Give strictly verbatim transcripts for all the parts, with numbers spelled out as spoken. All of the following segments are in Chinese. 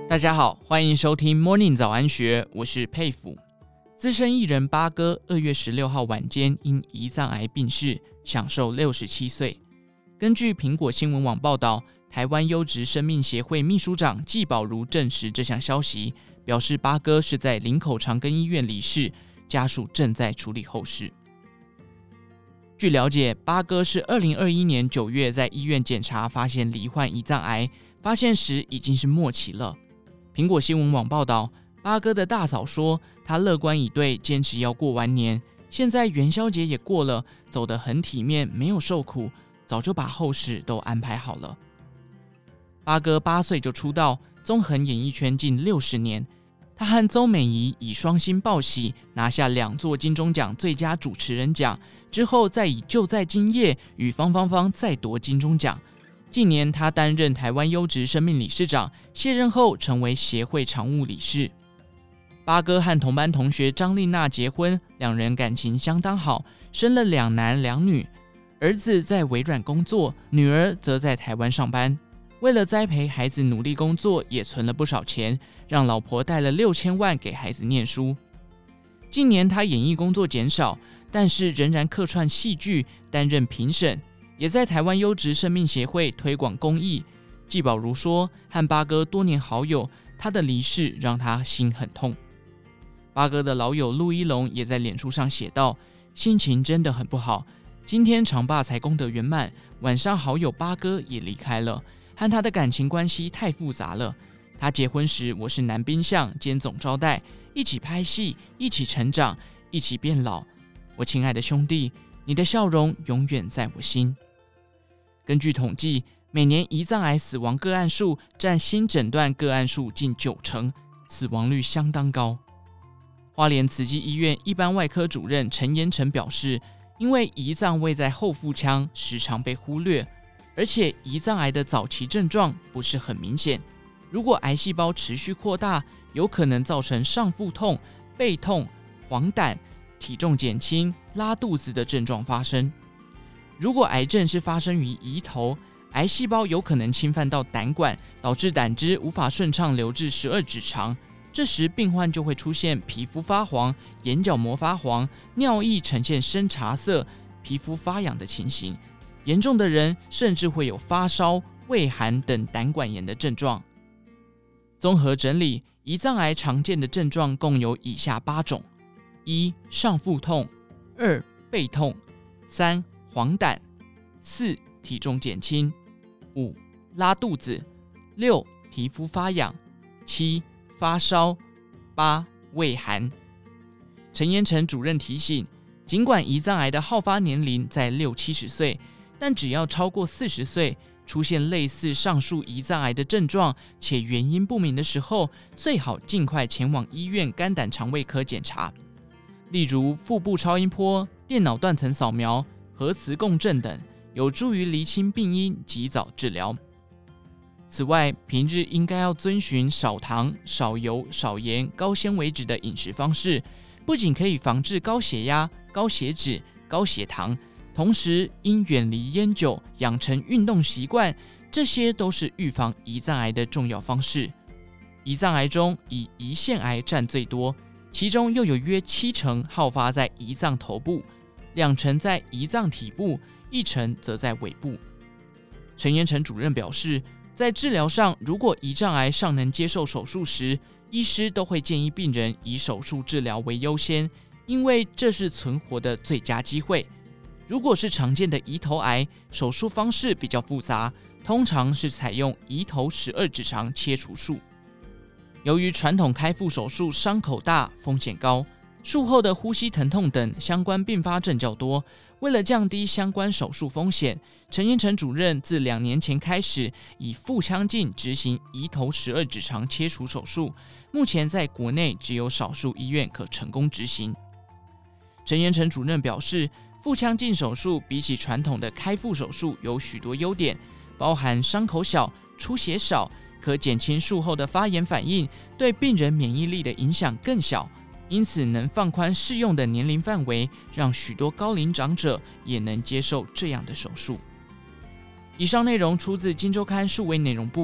大家好，欢迎收听 Morning 早安学，我是佩服。资深艺人八哥二月十六号晚间因胰脏癌病逝，享寿六十七岁。根据苹果新闻网报道，台湾优质生命协会秘书长纪宝如证实这项消息，表示八哥是在林口长庚医院离世，家属正在处理后事。据了解，八哥是二零二一年九月在医院检查发现罹患胰脏癌，发现时已经是末期了。苹果新闻网报道，八哥的大嫂说，他乐观以对，坚持要过完年。现在元宵节也过了，走得很体面，没有受苦，早就把后事都安排好了。八哥八岁就出道，纵横演艺圈近六十年。他和邹美仪以双星报喜，拿下两座金钟奖最佳主持人奖，之后再以就在今夜与方芳芳再夺金钟奖。近年，他担任台湾优质生命理事长，卸任后成为协会常务理事。八哥和同班同学张丽娜结婚，两人感情相当好，生了两男两女。儿子在微软工作，女儿则在台湾上班。为了栽培孩子努力工作，也存了不少钱，让老婆贷了六千万给孩子念书。近年他演艺工作减少，但是仍然客串戏剧，担任评审。也在台湾优质生命协会推广公益。纪宝如说，和八哥多年好友，他的离世让他心很痛。八哥的老友陆一龙也在脸书上写道，心情真的很不好，今天长爸才功德圆满，晚上好友八哥也离开了，和他的感情关系太复杂了。他结婚时我是男宾相兼总招待，一起拍戏，一起成长，一起变老。我亲爱的兄弟，你的笑容永远在我心。根据统计，每年胰脏癌死亡个案数占新诊断个案数近九成，死亡率相当高。花莲慈济医院一般外科主任陈延成表示，因为胰脏位在后腹腔，时常被忽略，而且胰脏癌的早期症状不是很明显，如果癌细胞持续扩大，有可能造成上腹痛、背痛、黄疸、体重减轻、拉肚子的症状发生。如果癌症是发生于胰头，癌细胞有可能侵犯到胆管，导致胆汁无法顺畅流至十二指肠，这时病患就会出现皮肤发黄、眼角膜发黄、尿液呈现深茶色、皮肤发痒的情形，严重的人甚至会有发烧、畏寒等胆管炎的症状。综合整理，胰脏癌常见的症状共有以下八种：一、上腹痛；二、背痛；三、黄疸；四、体重减轻；五、拉肚子；六、皮肤发痒；七、发烧；八、畏寒。陈延成主任提醒，尽管胰脏癌的好发年龄在六七十岁，但只要超过四十岁，出现类似上述胰脏癌的症状且原因不明的时候，最好尽快前往医院肝胆肠胃科检查，例如腹部超音波、电脑断层扫描、核磁共振等，有助于厘清病因，及早治疗。此外，平日应该要遵循少糖、少油、少盐、高纤维质的饮食方式，不仅可以防治高血压、高血脂、高血糖，同时应远离烟酒，养成运动习惯，这些都是预防胰脏癌的重要方式。胰脏癌中以胰腺癌占最多，其中又有约七成好发在胰脏头部，两成在胰脏体部，一成则在尾部。陈延成主任表示，在治疗上，如果胰脏癌尚能接受手术时，医师都会建议病人以手术治疗为优先，因为这是存活的最佳机会。如果是常见的胰头癌，手术方式比较复杂，通常是采用胰头十二指肠切除术。由于传统开腹手术伤口大、风险高，术后的呼吸疼痛等相关并发症较多，为了降低相关手术风险，陈延成主任自两年前开始以腹腔镜执行胰头十二指肠切除手术，目前在国内只有少数医院可成功执行。陈延成主任表示，腹腔镜手术比起传统的开腹手术有许多优点，包含伤口小、出血少，可减轻术后的发炎反应，对病人免疫力的影响更小，因此能放宽适用的年龄范围，让许多高龄长者也能接受这样的手术。以上内容出自《今周刊》数位内容部，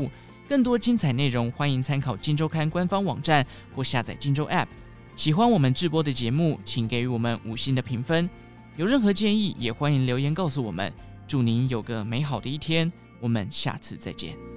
更多精彩内容，欢迎参考今周刊官方网站或下载今周 App。喜欢我们制播的节目，请给予我们五星的评分。有任何建议，也欢迎留言告诉我们。祝您有个美好的一天，我们下次再见。